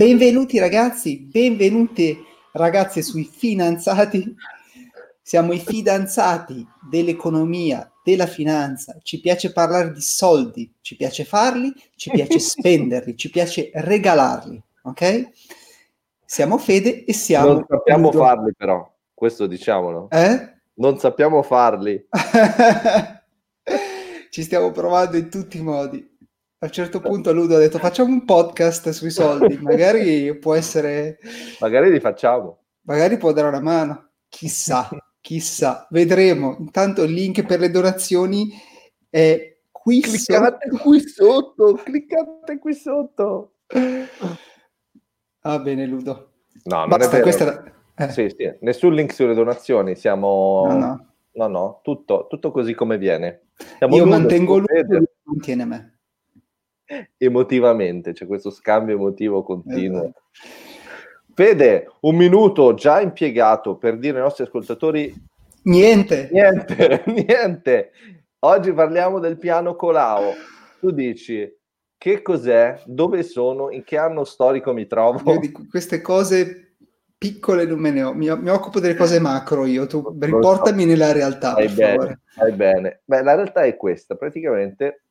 Benvenuti ragazzi, benvenuti ragazze sui Finanzati. Siamo i fidanzati dell'economia, della finanza. Ci piace parlare di soldi, ci piace farli, ci piace spenderli, ci piace regalarli, ok? Siamo Fede e siamo Non sappiamo Ludo. farli però, questo diciamolo. Eh? Non sappiamo farli. Ci stiamo provando in tutti i modi. A un certo punto Ludo ha detto facciamo un podcast sui soldi, magari può essere... Magari li facciamo. Magari può dare una mano, chissà, vedremo. Intanto il link per le donazioni è qui Cliccate sotto. cliccate qui sotto. Va bene, Ludo. No, non è Basta, vero. questa Sì, nessun link sulle donazioni, siamo... No. Tutto così come viene. Siamo Io Ludo, mantengo Ludo, Fede. lui mantiene me. Emotivamente, c'è questo scambio emotivo continuo. Esatto. Fede, un minuto già impiegato per dire ai nostri ascoltatori Niente. Niente. Oggi parliamo del piano Colao. Tu dici, che cos'è? Dove sono? In che anno storico mi trovo? Io di queste cose piccole non me ne ho. Mi occupo delle cose macro io. Tu riportami nella realtà, per favore. Vai bene. Beh, la realtà è questa. Praticamente,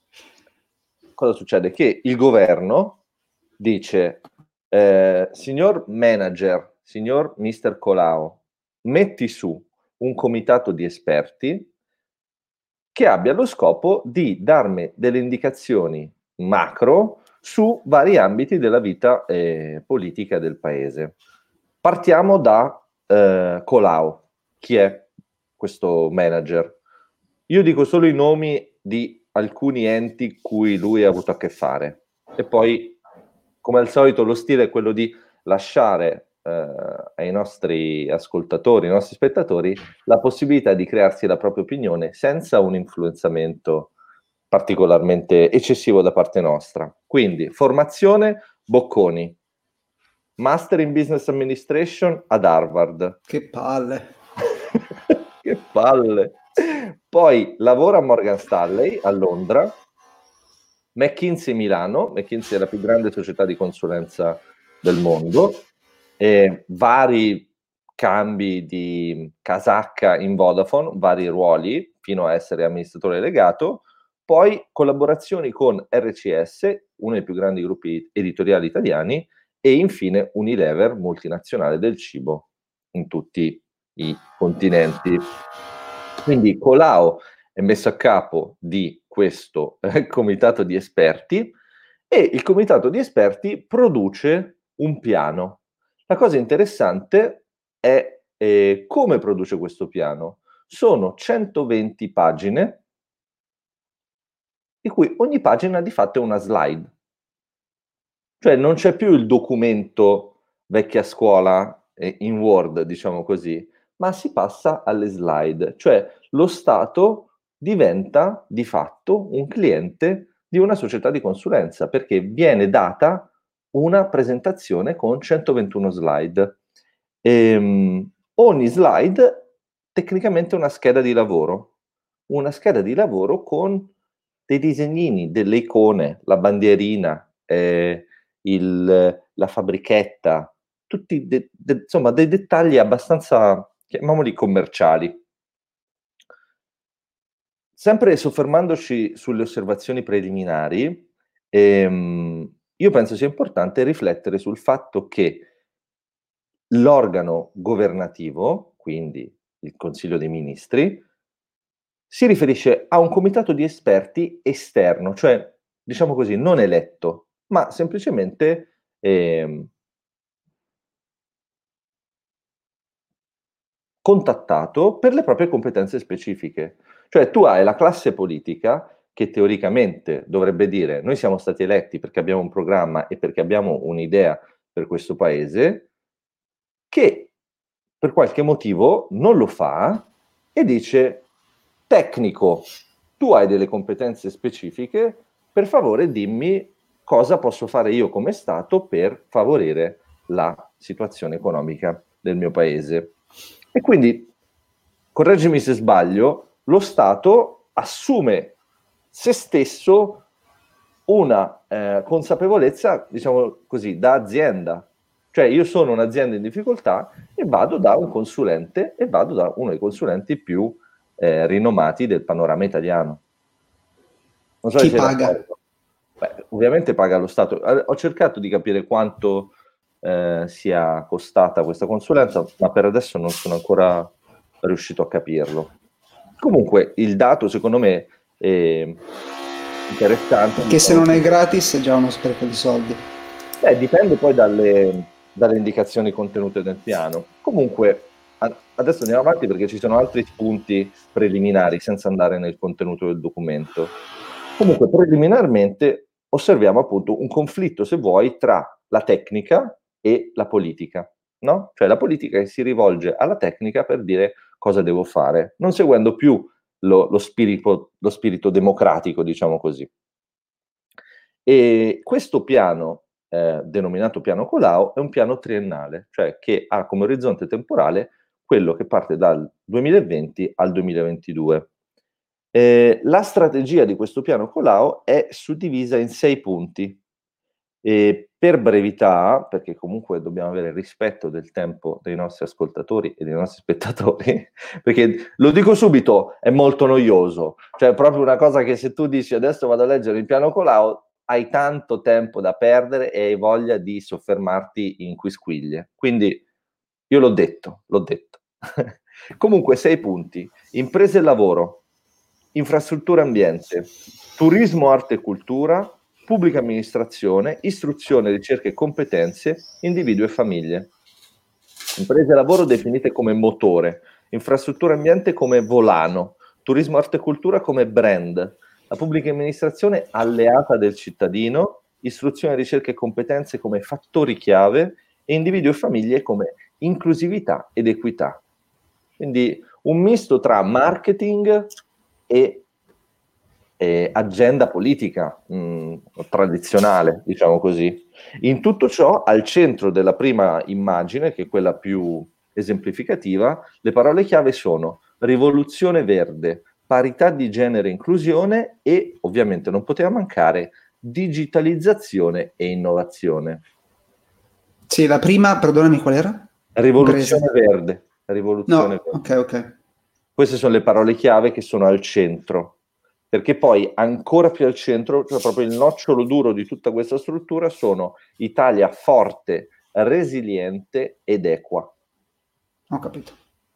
cosa succede? Che il governo dice, signor manager, signor Mr. Colao, metti su un comitato di esperti che abbia lo scopo di darmi delle indicazioni macro su vari ambiti della vita politica del paese. Partiamo da Colau. Chi è questo manager? Io dico solo i nomi di alcuni enti cui lui ha avuto a che fare e poi, come al solito, lo stile è quello di lasciare ai nostri ascoltatori, ai nostri spettatori, la possibilità di crearsi la propria opinione senza un influenzamento particolarmente eccessivo da parte nostra. Quindi, formazione Bocconi, Master in Business Administration ad Harvard. Che palle. Che palle. Poi lavora a Morgan Stanley a Londra, McKinsey Milano. McKinsey è la più grande società di consulenza del mondo, vari cambi di casacca in Vodafone, vari ruoli fino a essere amministratore delegato, poi collaborazioni con RCS, uno dei più grandi gruppi editoriali italiani, e infine Unilever, multinazionale del cibo in tutti i continenti. Quindi Colao è messo a capo di questo comitato di esperti e il comitato di esperti produce un piano. La cosa interessante è come produce questo piano. Sono 120 pagine, di cui ogni pagina di fatto è una slide. Cioè non c'è più il documento vecchia scuola in Word, diciamo così, ma si passa alle slide. Cioè lo Stato diventa di fatto un cliente di una società di consulenza perché viene data una presentazione con 121 slide. Ogni slide tecnicamente è una scheda di lavoro con dei disegnini, delle icone, la bandierina, la fabbrichetta, tutti insomma dei dettagli abbastanza, chiamiamoli commerciali. Sempre soffermandoci sulle osservazioni preliminari, io penso sia importante riflettere sul fatto che l'organo governativo, quindi il Consiglio dei Ministri, si riferisce a un comitato di esperti esterno, cioè, diciamo così, non eletto, ma semplicemente contattato per le proprie competenze specifiche. Cioè tu hai la classe politica che teoricamente dovrebbe dire noi siamo stati eletti perché abbiamo un programma e perché abbiamo un'idea per questo paese, che per qualche motivo non lo fa e dice tecnico, tu hai delle competenze specifiche, per favore dimmi cosa posso fare io come Stato per favorire la situazione economica del mio paese. E quindi, correggimi se sbaglio, lo Stato assume se stesso una consapevolezza, diciamo così, da azienda. Cioè io sono un'azienda in difficoltà e vado da un consulente e vado da uno dei consulenti più rinomati del panorama italiano. Non so Chi se sei paga? d'accordo. Beh, ovviamente paga lo Stato. Ho cercato di capire quanto sia costata questa consulenza, ma per adesso non sono ancora riuscito a capirlo. Comunque il dato secondo me è interessante. Che se non è gratis è già uno spreco di soldi. Dipende poi dalle indicazioni contenute nel piano. Comunque, adesso andiamo avanti perché ci sono altri spunti preliminari senza andare nel contenuto del documento. Comunque, preliminarmente osserviamo appunto un conflitto, se vuoi, tra la tecnica e la politica, no? Cioè la politica che si rivolge alla tecnica per dire cosa devo fare, non seguendo più lo spirito democratico, diciamo così. E questo piano, denominato piano Colao, è un piano triennale, cioè che ha come orizzonte temporale quello che parte dal 2020 al 2022. La strategia di questo piano Colao è suddivisa in 6 punti. Per brevità, perché comunque dobbiamo avere rispetto del tempo dei nostri ascoltatori e dei nostri spettatori, perché lo dico subito, è molto noioso, cioè è proprio una cosa che se tu dici adesso vado a leggere il piano Colao, hai tanto tempo da perdere e hai voglia di soffermarti in quisquiglie. Quindi io l'ho detto. Comunque 6 punti: imprese e lavoro, infrastruttura e ambiente, turismo, arte e cultura, pubblica amministrazione, istruzione, ricerca e competenze, individuo e famiglie. Imprese e lavoro definite come motore, infrastruttura e ambiente come volano, turismo, arte e cultura come brand, la pubblica amministrazione alleata del cittadino, istruzione, ricerca e competenze come fattori chiave e individuo e famiglie come inclusività ed equità. Quindi un misto tra marketing e agenda politica tradizionale, diciamo così. In tutto ciò, al centro della prima immagine, che è quella più esemplificativa, le parole chiave sono rivoluzione verde, parità di genere e inclusione e, ovviamente non poteva mancare, digitalizzazione e innovazione. Sì, la prima, perdonami, qual era? Rivoluzione Inglese. verde. Rivoluzione No, verde. ok. Queste sono le parole chiave che sono al centro, perché poi ancora più al centro, cioè proprio il nocciolo duro di tutta questa struttura, sono Italia forte, resiliente ed equa. Ho capito.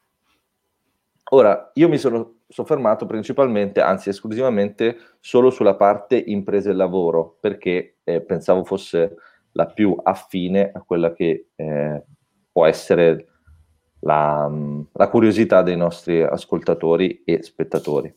Ora, io mi sono soffermato principalmente, anzi esclusivamente, solo sulla parte imprese e lavoro, perché pensavo fosse la più affine a quella che può essere la curiosità dei nostri ascoltatori e spettatori.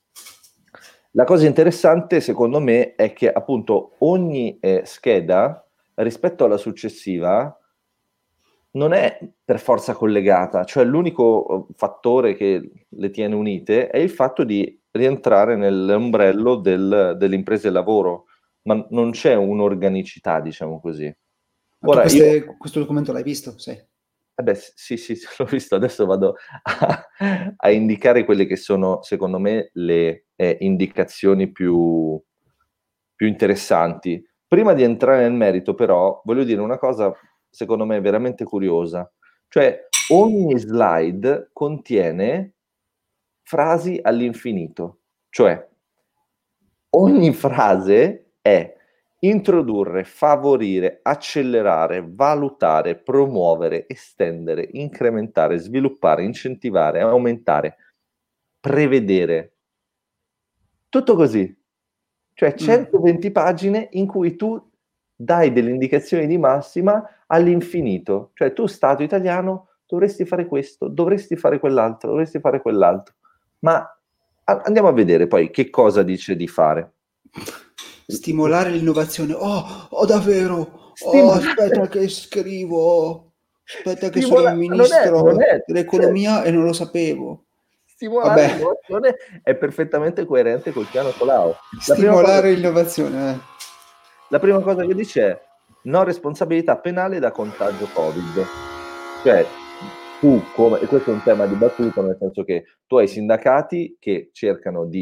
La cosa interessante, secondo me, è che appunto ogni scheda rispetto alla successiva non è per forza collegata, cioè l'unico fattore che le tiene unite è il fatto di rientrare nell'ombrello delle imprese e lavoro, ma non c'è un'organicità, diciamo così. Ma tu Ora io questo documento l'hai visto? Sì. sì, l'ho visto, adesso vado a indicare quelle che sono, secondo me, le indicazioni più interessanti. Prima di entrare nel merito, però, voglio dire una cosa, secondo me, veramente curiosa. Cioè, ogni slide contiene frasi all'infinito. Cioè, ogni frase è introdurre, favorire, accelerare, valutare, promuovere, estendere, incrementare, sviluppare, incentivare, aumentare, prevedere. Tutto così. Cioè 120 pagine in cui tu dai delle indicazioni di massima all'infinito. Cioè tu, Stato italiano, dovresti fare questo, dovresti fare quell'altro, dovresti fare quell'altro. Ma andiamo a vedere poi che cosa dice di fare. Stimolare l'innovazione. Oh, davvero? Oh, aspetta che scrivo. Aspetta che sono il Non ministro è, dell'economia e non lo sapevo. stimolare Vabbè, l'innovazione è perfettamente coerente col piano Colau. stimolare l'innovazione. La prima cosa che dice è no responsabilità penale da contagio Covid. Cioè, tu come, e questo è un tema dibattuto, nel senso che tu hai sindacati che cercano di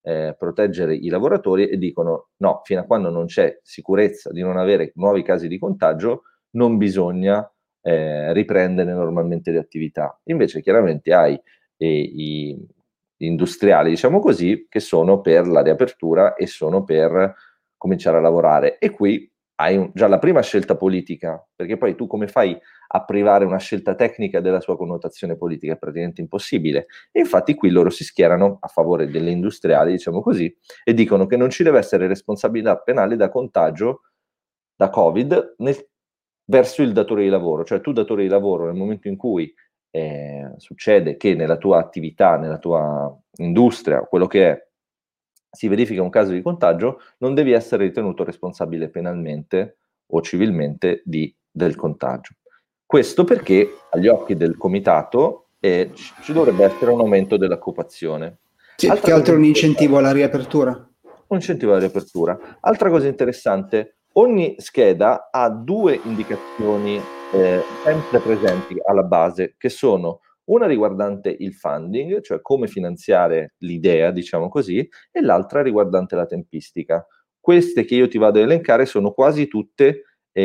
proteggere i lavoratori e dicono no, fino a quando non c'è sicurezza di non avere nuovi casi di contagio, non bisogna riprendere normalmente le attività. Invece chiaramente hai gli industriali, diciamo così, che sono per la riapertura e sono per cominciare a lavorare. E qui hai già la prima scelta politica, perché poi tu come fai a privare una scelta tecnica della sua connotazione politica? È praticamente impossibile. E infatti qui loro si schierano a favore delle industriali, diciamo così, e dicono che non ci deve essere responsabilità penale da contagio da Covid verso il datore di lavoro. Cioè tu datore di lavoro, nel momento in cui succede che nella tua attività, nella tua industria, quello che è, si verifica un caso di contagio, non devi essere ritenuto responsabile penalmente o civilmente del contagio. Questo perché agli occhi del comitato ci dovrebbe essere un aumento dell'occupazione. Sì, più che altro un incentivo alla riapertura. Un incentivo alla riapertura. Altra cosa interessante, ogni scheda ha due indicazioni sempre presenti alla base, che sono una riguardante il funding, cioè come finanziare l'idea, diciamo così, e l'altra riguardante la tempistica. Queste che io ti vado a elencare sono quasi tutte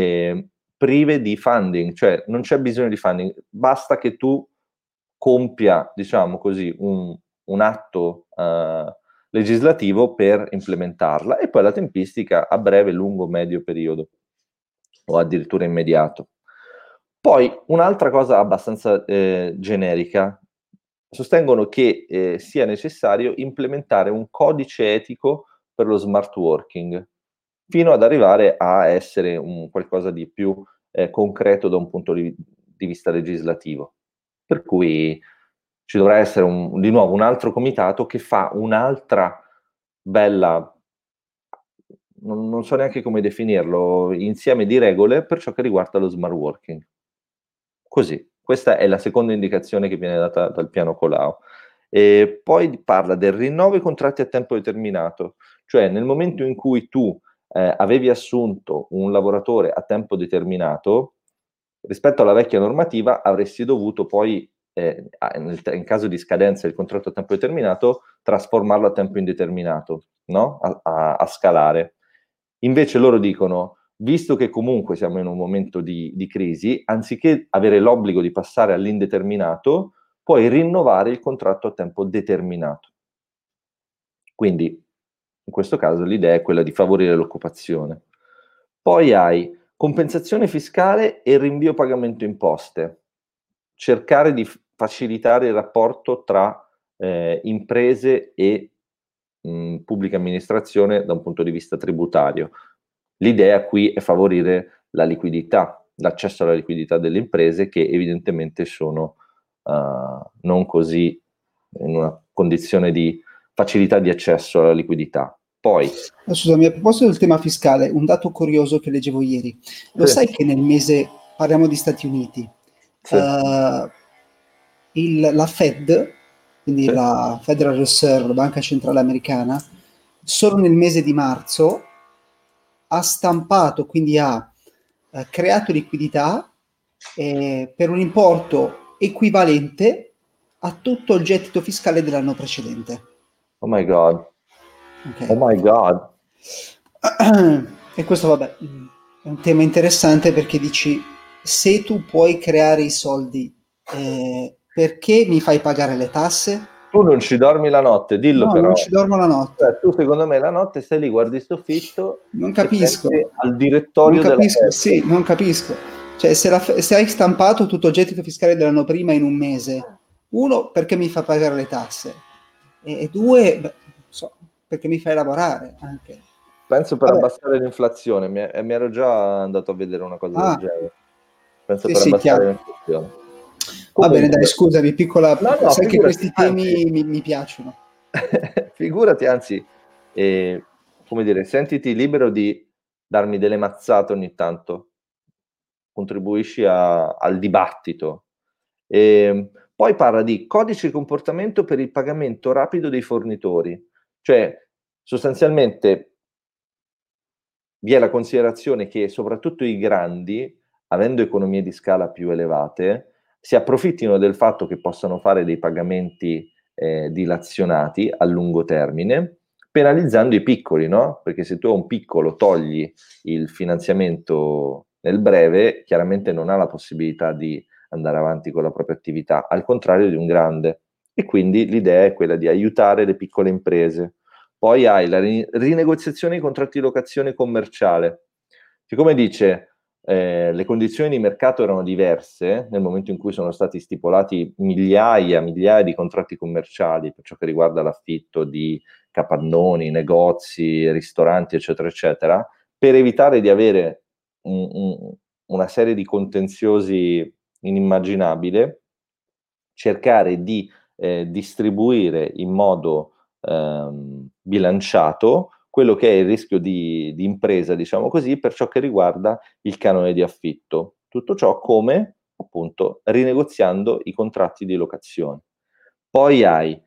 prive di funding, cioè non c'è bisogno di funding, basta che tu compia, diciamo così, un atto legislativo per implementarla, e poi la tempistica a breve, lungo, medio periodo o addirittura immediato. Poi un'altra cosa abbastanza generica, sostengono che sia necessario implementare un codice etico per lo smart working, fino ad arrivare a essere un qualcosa di più concreto da un punto di vista legislativo. Per cui ci dovrà essere di nuovo un altro comitato che fa un'altra bella, non so neanche come definirlo, insieme di regole per ciò che riguarda lo smart working. Così, questa è la seconda indicazione che viene data dal piano Colau. E poi parla del rinnovo dei contratti a tempo determinato, cioè nel momento in cui tu avevi assunto un lavoratore a tempo determinato, rispetto alla vecchia normativa avresti dovuto poi, in caso di scadenza del contratto a tempo determinato, trasformarlo a tempo indeterminato, no? A scalare. Invece loro dicono, visto che comunque siamo in un momento di crisi, anziché avere l'obbligo di passare all'indeterminato, puoi rinnovare il contratto a tempo determinato. Quindi, in questo caso, l'idea è quella di favorire l'occupazione. Poi hai compensazione fiscale e rinvio pagamento imposte. Cercare di facilitare il rapporto tra imprese e pubblica amministrazione da un punto di vista tributario. L'idea qui è favorire la liquidità, l'accesso alla liquidità delle imprese, che evidentemente sono non così in una condizione di facilità di accesso alla liquidità. Poi, scusami, a proposito del tema fiscale, un dato curioso che leggevo ieri. Lo sai che nel mese, parliamo di Stati Uniti, sì. La Fed, quindi la Federal Reserve, la banca centrale americana, solo nel mese di marzo ha stampato, quindi ha creato liquidità per un importo equivalente a tutto il gettito fiscale dell'anno precedente. Oh my God. Okay. Oh my God. E questo, vabbè, è un tema interessante, perché dici, se tu puoi creare i soldi, perché mi fai pagare le tasse? Tu non ci dormi la notte, dillo. No, però. Non ci dormo la notte. Cioè, tu secondo me la notte stai lì, guardi sto soffitto. Non capisco. Al direttorio non capisco, sì, non capisco. Cioè, se hai stampato tutto il gettito fiscale dell'anno prima in un mese, uno, perché mi fa pagare le tasse? E due, non so, perché mi fai lavorare anche. Penso per abbassare l'inflazione, mi ero già andato a vedere una cosa del genere. Penso per abbassare l'inflazione. Va bene, dai, scusami, piccola. No, sai che questi temi mi piacciono. Figurati, anzi, come dire, sentiti libero di darmi delle mazzate ogni tanto, contribuisci al dibattito. Poi parla di codice di comportamento per il pagamento rapido dei fornitori, cioè sostanzialmente vi è la considerazione che soprattutto i grandi, avendo economie di scala più elevate, si approfittino del fatto che possano fare dei pagamenti dilazionati a lungo termine, penalizzando i piccoli, no? Perché se tu a un piccolo togli il finanziamento nel breve, chiaramente non ha la possibilità di andare avanti con la propria attività, al contrario di un grande. E quindi l'idea è quella di aiutare le piccole imprese. Poi hai la rinegoziazione dei contratti di locazione commerciale. Siccome dice le condizioni di mercato erano diverse nel momento in cui sono stati stipulati migliaia di contratti commerciali per ciò che riguarda l'affitto di capannoni, negozi, ristoranti, eccetera, eccetera, per evitare di avere una serie di contenziosi inimmaginabile, cercare di distribuire in modo bilanciato quello che è il rischio di impresa, diciamo così, per ciò che riguarda il canone di affitto. Tutto ciò come, appunto, rinegoziando i contratti di locazione. Poi hai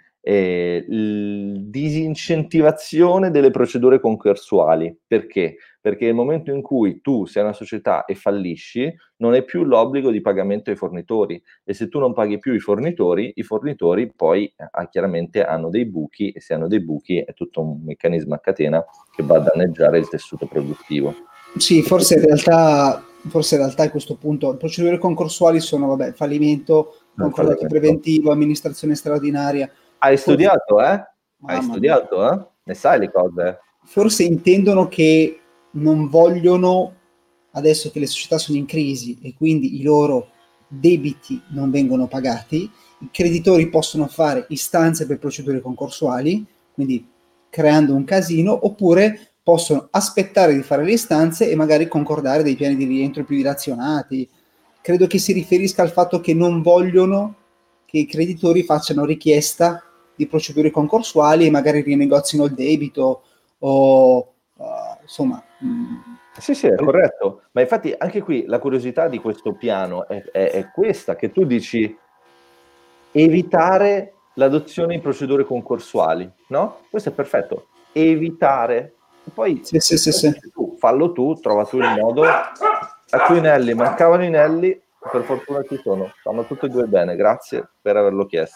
disincentivazione delle procedure concorsuali. Perché? Perché nel momento in cui tu sei una società e fallisci, non hai più l'obbligo di pagamento ai fornitori, e se tu non paghi più i fornitori poi chiaramente hanno dei buchi, e se hanno dei buchi è tutto un meccanismo a catena che va a danneggiare il tessuto produttivo. Sì, forse in realtà a questo punto le procedure concorsuali sono, fallimento, concordato preventivo, amministrazione straordinaria. Hai studiato, eh? Hai Mamma studiato, mia. eh? Ne sai le cose? Forse intendono che non vogliono, adesso che le società sono in crisi e quindi i loro debiti non vengono pagati, i creditori possono fare istanze per procedure concorsuali, quindi creando un casino, oppure possono aspettare di fare le istanze e magari concordare dei piani di rientro più dilazionati. Credo che si riferisca al fatto che non vogliono che i creditori facciano richiesta di procedure concorsuali e magari rinegozino il debito o insomma. Sì, sì, è corretto. Ma infatti anche qui la curiosità di questo piano è questa, che tu dici evitare l'adozione di procedure concorsuali, no? Questo è perfetto. Evitare. E poi Sì. tu, fallo tu, trova tu il modo. Ecco i Nelli, mancavano i Nelli, per fortuna ci sono. Stanno tutti e due bene, grazie per averlo chiesto.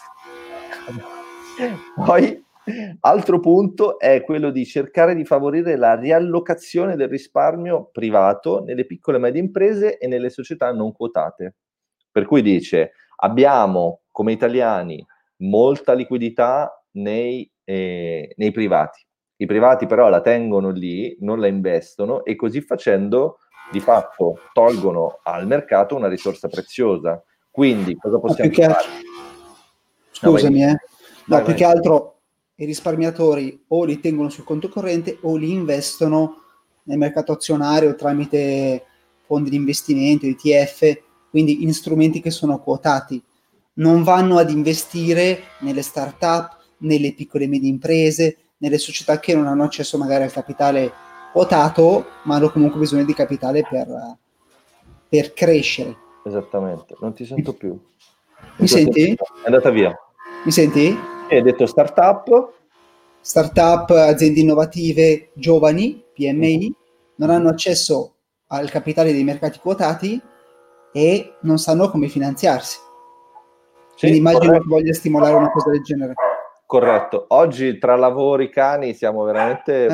Poi, altro punto è quello di cercare di favorire la riallocazione del risparmio privato nelle piccole e medie imprese e nelle società non quotate. Per cui dice, abbiamo come italiani molta liquidità nei privati. I privati però la tengono lì, non la investono, e così facendo di fatto tolgono al mercato una risorsa preziosa. Quindi cosa possiamo fare? Scusami, vai. Più che altro i risparmiatori o li tengono sul conto corrente o li investono nel mercato azionario tramite fondi di investimento, ETF, quindi in strumenti che sono quotati. Non vanno ad investire nelle start-up, nelle piccole e medie imprese, nelle società che non hanno accesso magari al capitale quotato, ma hanno comunque bisogno di capitale per crescere. Esattamente, non ti sento più. Mi senti? È andata via. Mi senti? Hai detto startup? Startup, aziende innovative, giovani, PMI, non hanno accesso al capitale dei mercati quotati e non sanno come finanziarsi. Quindi immagino che voglia stimolare una cosa del genere. Corretto. Oggi tra lavori, cani siamo veramente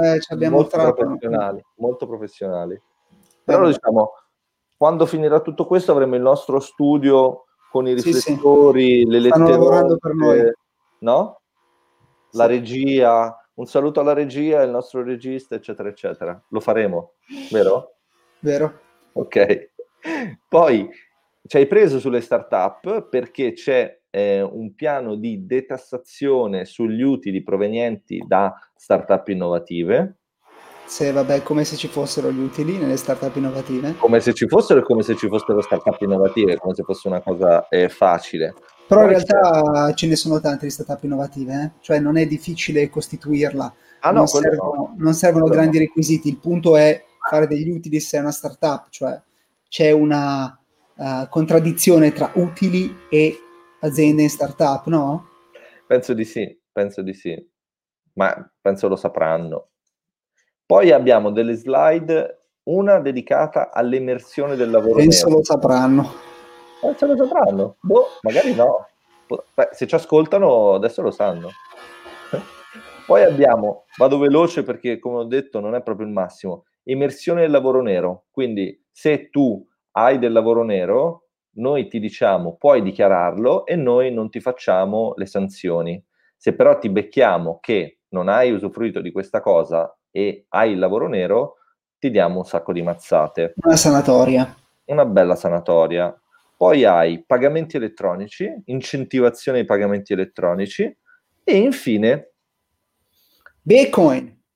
molto professionali. Però diciamo, quando finirà tutto questo avremo il nostro studio con i riflettori, le lettere. Stanno lavorando per noi. No? La regia, un saluto alla regia, il nostro regista, eccetera, eccetera. Lo faremo, vero? Vero. Ok. Poi ci hai preso sulle start-up perché c'è un piano di detassazione sugli utili provenienti da start-up innovative. Sì, vabbè, come se ci fossero gli utili nelle start-up innovative. Come se ci fossero, e come se ci fossero start-up innovative, come se fosse una cosa facile. Però in realtà ce ne sono tante di start-up innovative, cioè non è difficile costituirla, non servono grandi requisiti, il punto è fare degli utili se è una start-up, cioè c'è una contraddizione tra utili e aziende in start-up, no? Penso di sì, ma penso lo sapranno. Poi abbiamo delle slide, una dedicata all'emersione del lavoro Penso nero. lo sapranno. Penso lo sapranno? Boh, magari no. Beh, se ci ascoltano adesso lo sanno. Poi abbiamo, vado veloce perché come ho detto non è proprio il massimo, emersione del lavoro nero. Quindi se tu hai del lavoro nero, noi ti diciamo puoi dichiararlo e noi non ti facciamo le sanzioni. Se però ti becchiamo che non hai usufruito di questa cosa e hai il lavoro nero, ti diamo un sacco di mazzate. Una sanatoria. Una bella sanatoria. Poi hai pagamenti elettronici, incentivazione ai pagamenti elettronici e infine Bitcoin.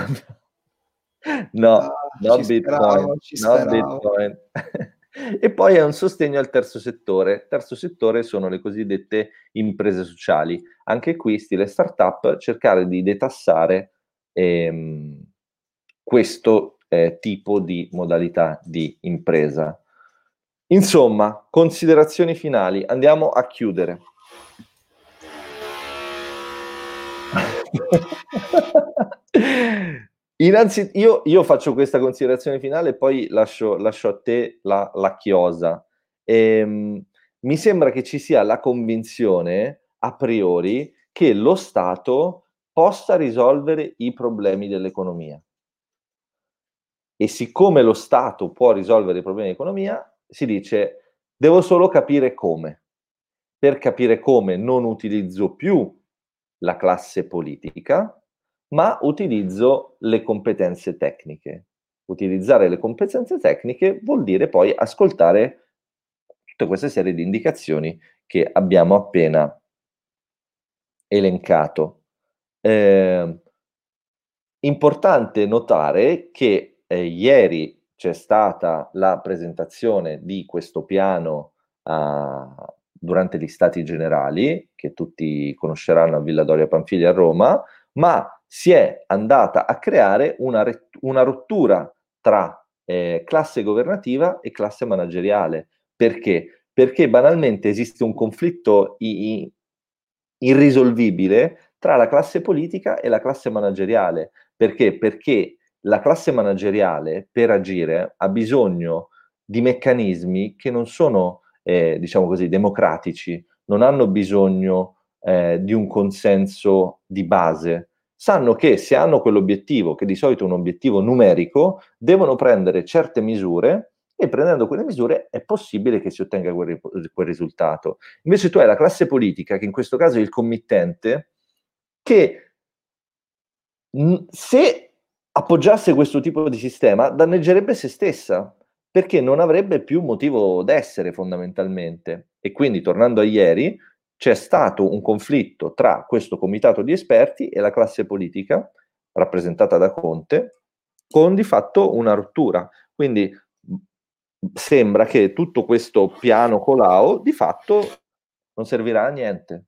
no, no Ci Bitcoin, speravo, ci no speravo. Bitcoin. E poi è un sostegno al terzo settore. Terzo settore sono le cosiddette imprese sociali. Anche qui, stile startup, cercare di detassare questo tipo di modalità di impresa. Insomma, considerazioni finali. Andiamo a chiudere. Io faccio questa considerazione finale e poi lascio a te la chiosa. Mi sembra che ci sia la convinzione a priori che lo Stato possa risolvere i problemi dell'economia. E siccome lo Stato può risolvere i problemi dell'economia, si dice devo solo capire come. Per capire come non utilizzo più la classe politica, ma utilizzo le competenze tecniche. Utilizzare le competenze tecniche vuol dire poi ascoltare tutta questa serie di indicazioni che abbiamo appena elencato. Importante notare che ieri c'è stata la presentazione di questo piano durante gli Stati Generali, che tutti conosceranno a Villa Doria Pamphili a Roma, ma si è andata a creare una rottura tra classe governativa e classe manageriale. Perché? Perché banalmente esiste un conflitto irrisolvibile tra la classe politica e la classe manageriale. Perché? Perché la classe manageriale per agire ha bisogno di meccanismi che non sono, diciamo così, democratici, non hanno bisogno di un consenso di base. Sanno che se hanno quell'obiettivo, che di solito è un obiettivo numerico, devono prendere certe misure e prendendo quelle misure è possibile che si ottenga quel risultato. Invece tu hai la classe politica, che in questo caso è il committente, che se appoggiasse questo tipo di sistema danneggerebbe se stessa, perché non avrebbe più motivo d'essere fondamentalmente. E quindi, tornando a ieri, c'è stato un conflitto tra questo comitato di esperti e la classe politica, rappresentata da Conte, con di fatto una rottura. Quindi sembra che tutto questo piano Colau di fatto non servirà a niente.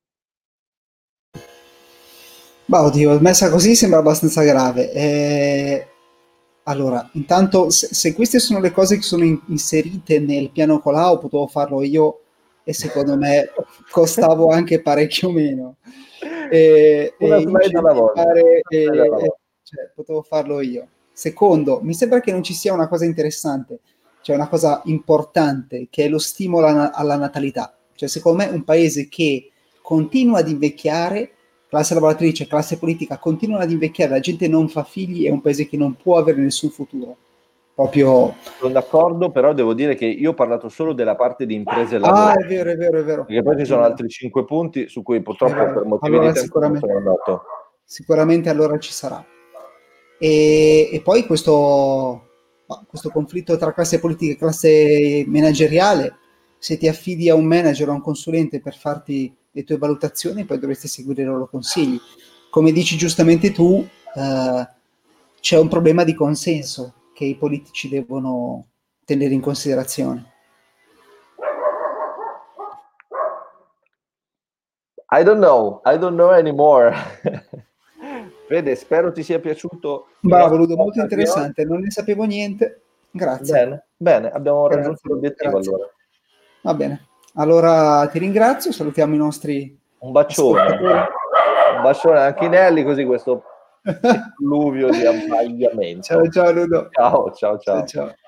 Ma oddio, messa così sembra abbastanza grave. Allora, intanto, se queste sono le cose che sono inserite nel piano Colau, potevo farlo io e secondo me costavo anche parecchio meno. Una slide alla volta. Cioè, potevo farlo io. Secondo, mi sembra che non ci sia una cosa interessante, cioè una cosa importante, che è lo stimolo alla natalità. Cioè, secondo me un paese che continua ad invecchiare, classe lavoratrice, classe politica, continuano ad invecchiare, la gente non fa figli, è un paese che non può avere nessun futuro. Proprio... Sono d'accordo, però devo dire che io ho parlato solo della parte di imprese e lavoro. Ah, è vero, è vero, è vero. Perché poi ci sono altri 5 punti su cui purtroppo per motivi allora, di tempo non sono andato. Sicuramente allora ci sarà. E poi questo conflitto tra classe politica e classe manageriale, se ti affidi a un manager o a un consulente per farti le tue valutazioni, poi dovresti seguire i loro consigli. Come dici giustamente tu, c'è un problema di consenso che i politici devono tenere in considerazione. I don't know anymore. Fede, spero ti sia piaciuto. Bravo Ludo, molto interessante, non ne sapevo niente. Grazie. Bene, abbiamo raggiunto l'obiettivo allora. Va bene, allora ti ringrazio, salutiamo i nostri un bacione anche Nelly, così questo effluvio di abbagliamento. Ciao Ludo. Ciao.